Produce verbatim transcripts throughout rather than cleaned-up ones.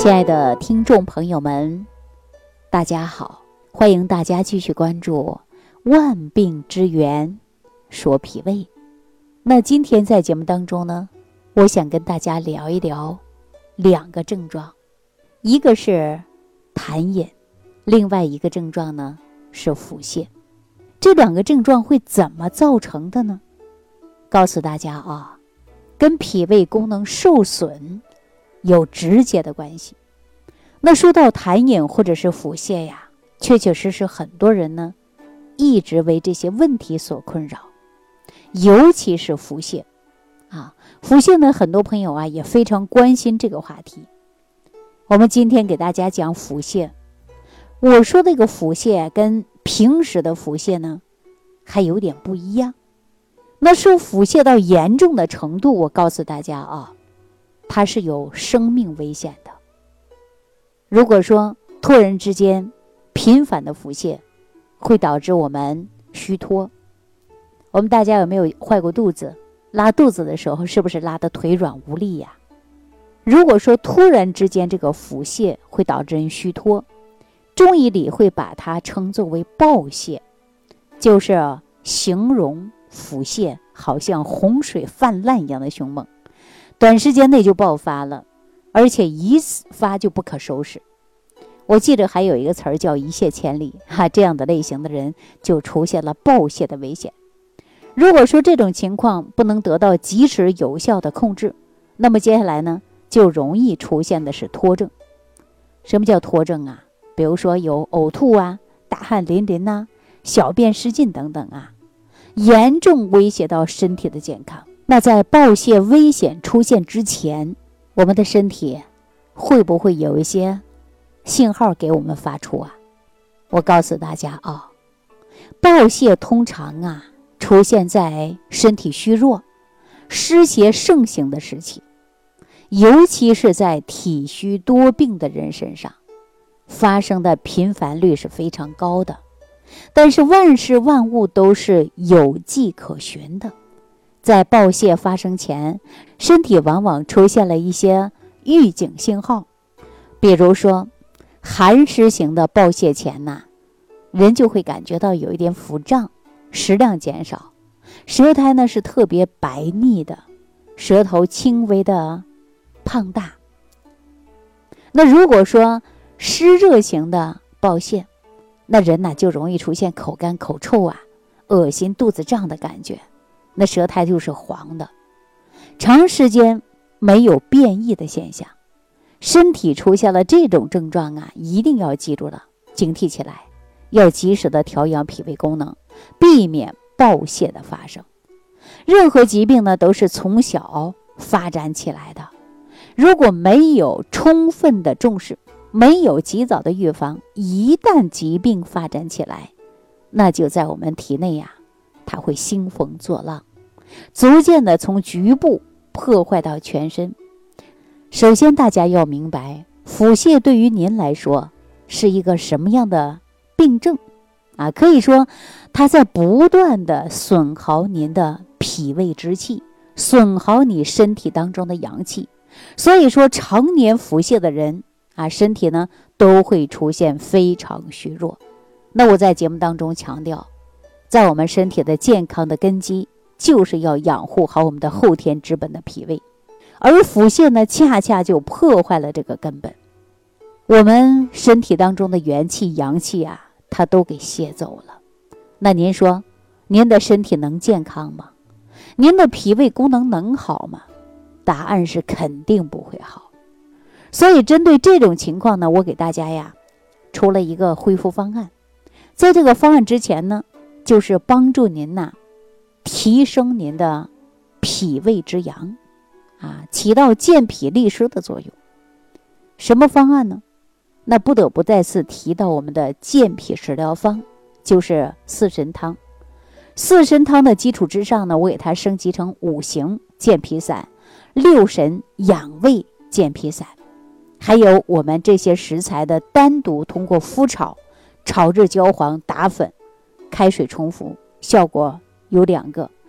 亲爱的听众朋友们，大家好，欢迎大家继续关注万病之源说脾胃。那今天在节目当中呢，我想跟大家聊一聊两个症状，一个是痰饮，另外一个症状呢是腹泻。这两个症状会怎么造成的呢？告诉大家啊，跟脾胃功能受损有直接的关系。那说到痰饮或者是腹泻呀，确确实实很多人呢一直为这些问题所困扰，尤其是腹泻啊。腹泻呢，很多朋友啊也非常关心这个话题。我们今天给大家讲腹泻。我说这个腹泻跟平时的腹泻呢还有点不一样。那说腹泻到严重的程度，我告诉大家啊，它是有生命危险的。如果说突然之间频繁的腹泻，会导致我们虚脱。我们大家有没有坏过肚子？拉肚子的时候是不是拉得腿软无力呀？如果说突然之间这个腹泻会导致人虚脱，中医里会把它称作为暴泻，就是形容腹泻好像洪水泛滥一样的凶猛，短时间内就爆发了，而且一发就不可收拾。我记得还有一个词儿叫一泻千里哈，这样的类型的人就出现了暴泻的危险。如果说这种情况不能得到及时有效的控制，那么接下来呢就容易出现的是脱症。什么叫脱症啊？比如说有呕吐啊、大汗淋漓啊、小便失禁等等啊，严重威胁到身体的健康。那在暴泻危险出现之前，我们的身体会不会有一些信号给我们发出啊？我告诉大家啊，暴泻通常啊出现在身体虚弱、湿邪盛行的时期，尤其是在体虚多病的人身上，发生的频繁率是非常高的。但是万事万物都是有迹可循的，在暴泻发生前，身体往往出现了一些预警信号。比如说寒湿型的暴泻前呢，人就会感觉到有一点腹胀，食量减少，舌苔呢是特别白腻的，舌头轻微的胖大。那如果说湿热型的暴泻，那人呢就容易出现口干口臭啊、恶心肚子胀的感觉，那舌苔就是黄的，长时间没有变异的现象。身体出现了这种症状啊，一定要记住了，警惕起来，要及时的调养脾胃功能，避免暴泻的发生。任何疾病呢都是从小发展起来的，如果没有充分的重视，没有及早的预防，一旦疾病发展起来，那就在我们体内呀、啊，它会兴风作浪，逐渐的从局部破坏到全身。首先大家要明白，腹泻对于您来说是一个什么样的病症啊？可以说它在不断的损耗您的脾胃之气，损耗你身体当中的阳气。所以说常年腹泻的人啊，身体呢都会出现非常虚弱。那我在节目当中强调，在我们身体的健康的根基，就是要养护好我们的后天之本的脾胃，而腹泻呢恰恰就破坏了这个根本。我们身体当中的元气阳气啊，它都给泄走了。那您说您的身体能健康吗？您的脾胃功能能好吗？答案是肯定不会好。所以针对这种情况呢，我给大家呀出了一个恢复方案。在这个方案之前呢，就是帮助您呐提升您的脾胃之阳啊，起到健脾利湿的作用。什么方案呢？那不得不再次提到我们的健脾食疗方，就是四神汤。四神汤的基础之上呢，我给它升级成五行健脾散、六神养胃健脾散，还有我们这些食材的单独通过麸炒、炒至焦黄、打粉、开水冲服，效果有两个。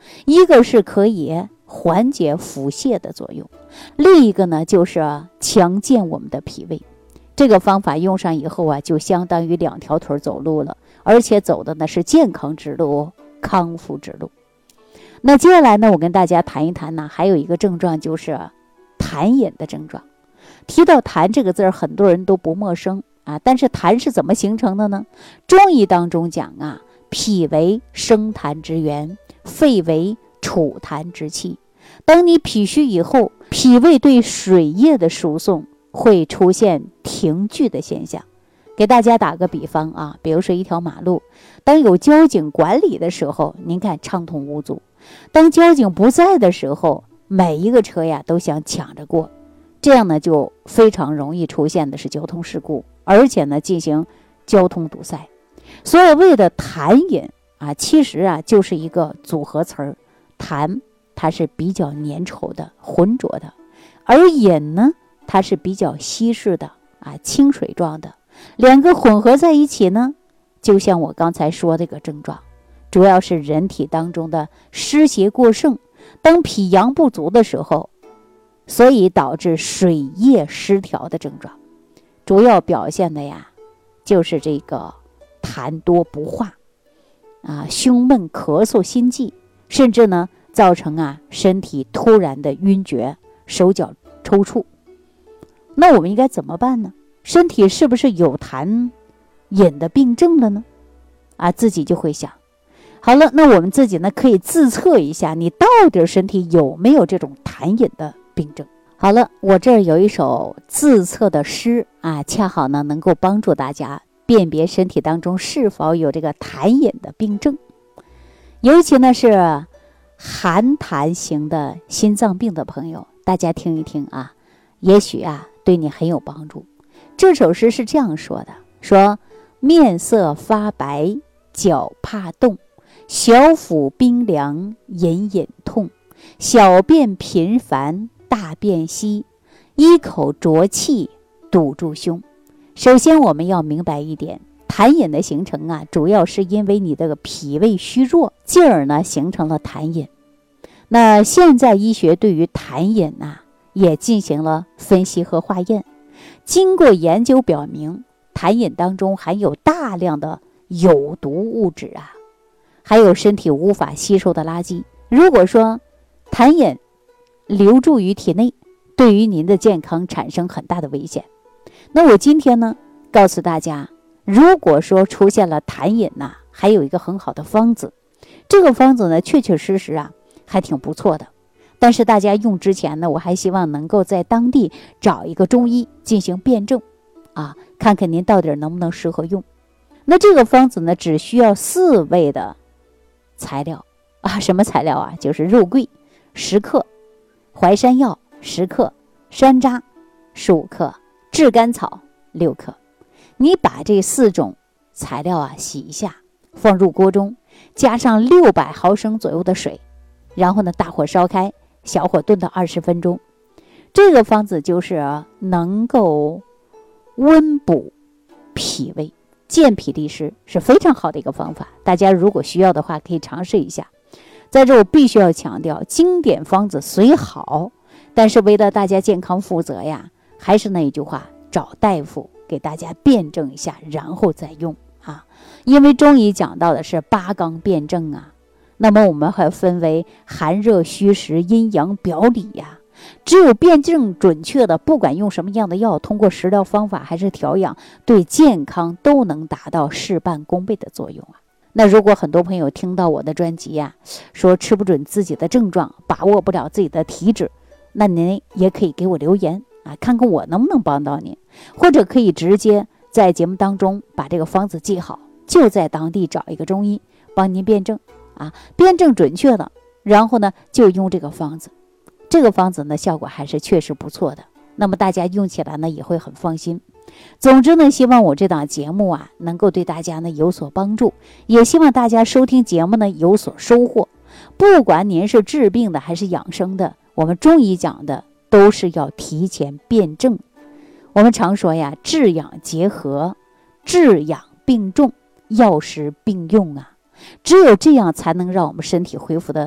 一个是可以缓解腹泻的作用，另一个呢就是强健我们的脾胃。这个方法用上以后啊，就相当于两条腿走路了，而且走的呢是健康之路、康复之路。那接下来呢，我跟大家谈一谈呢，还有一个症状就是痰饮的症状。提到痰这个字儿，很多人都不陌生啊，但是痰是怎么形成的呢？中医当中讲啊，脾为生痰之源，肺为储痰之器。当你脾虚以后，脾胃对水液的输送会出现停聚的现象。给大家打个比方啊，比如说一条马路，当有交警管理的时候，您看畅通无阻；当交警不在的时候，每一个车呀都想抢着过，这样呢就非常容易出现的是交通事故，而且呢进行交通堵塞。所谓的痰饮啊，其实啊就是一个组合词儿，痰它是比较粘稠的、浑浊的，而饮呢它是比较稀释的啊、清水状的。两个混合在一起呢，就像我刚才说这个症状，主要是人体当中的湿邪过盛，当脾阳不足的时候，所以导致水液失调的症状。主要表现的呀，就是这个痰多不化啊，胸闷、咳嗽、心悸，甚至呢造成啊身体突然的晕厥、手脚抽搐。那我们应该怎么办呢？身体是不是有痰饮的病症了呢？啊，自己就会想，好了，那我们自己呢可以自测一下，你到底身体有没有这种痰饮的病症。好了，我这儿有一首自测的诗啊，恰好呢能够帮助大家辨别身体当中是否有这个痰饮的病症。尤其呢是寒痰型的心脏病的朋友，大家听一听啊，也许啊对你很有帮助。这首诗是这样说的，说面色发白，脚怕冻，小腹冰凉，隐隐痛，小便频繁，大便稀，一口浊气堵住胸。首先我们要明白一点，痰饮的形成啊，主要是因为你的脾胃虚弱，进而呢形成了痰饮。那现在医学对于痰饮啊也进行了分析和化验，经过研究表明，痰饮当中含有大量的有毒物质啊，还有身体无法吸收的垃圾。如果说痰饮留住于体内，对于您的健康产生很大的危险。那我今天呢告诉大家，如果说出现了痰饮呐、啊，还有一个很好的方子。这个方子呢确确实实啊还挺不错的，但是大家用之前呢，我还希望能够在当地找一个中医进行辩证啊，看看您到底能不能适合用。那这个方子呢只需要四味的材料啊，什么材料啊？就是肉桂十克，淮山药十克，山楂十五克，炙甘草六克。你把这四种材料啊洗一下，放入锅中，加上六百毫升左右的水，然后呢大火烧开，小火炖到二十分钟。这个方子就是能够温补脾胃、健脾利湿，是非常好的一个方法。大家如果需要的话可以尝试一下。在这我必须要强调，经典方子虽好，但是为了大家健康负责呀，还是那一句话，找大夫给大家辩证一下，然后再用啊。因为中医讲到的是八纲辩证啊，那么我们还分为寒热虚实、阴阳表里呀、啊。只有辩证准确的，不管用什么样的药，通过食疗方法还是调养，对健康都能达到事半功倍的作用啊。那如果很多朋友听到我的专辑呀、啊，说吃不准自己的症状，把握不了自己的体质，那您也可以给我留言啊，看看我能不能帮到您，或者可以直接在节目当中把这个方子记好，就在当地找一个中医帮您辩证啊，辩证准确的，然后呢就用这个方子。这个方子呢效果还是确实不错的，那么大家用起来呢也会很放心。总之呢，希望我这档节目啊能够对大家呢有所帮助，也希望大家收听节目呢有所收获。不管您是治病的还是养生的，我们中医讲的都是要提前辩证。我们常说呀，治养结合，治养并重，药食并用啊，只有这样才能让我们身体恢复的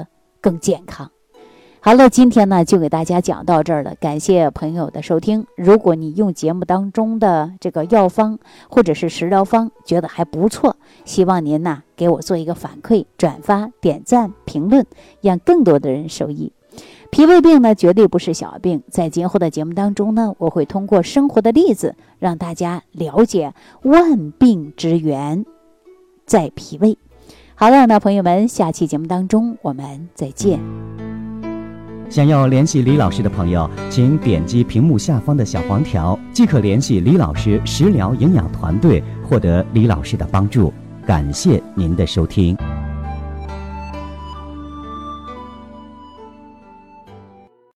更健康。好了，今天呢就给大家讲到这儿了，感谢朋友的收听。如果你用节目当中的这个药方或者是食疗方觉得还不错，希望您呢给我做一个反馈，转发、点赞、评论，让更多的人受益。脾胃病呢绝对不是小病，在今后的节目当中呢，我会通过生活的例子让大家了解万病之源在脾胃。好了，那朋友们，下期节目当中我们再见。 想要联系李老师的朋友，请点击屏幕下方的小黄条，即可联系李老师食疗营养团队，获得李老师的帮助。感谢您的收听。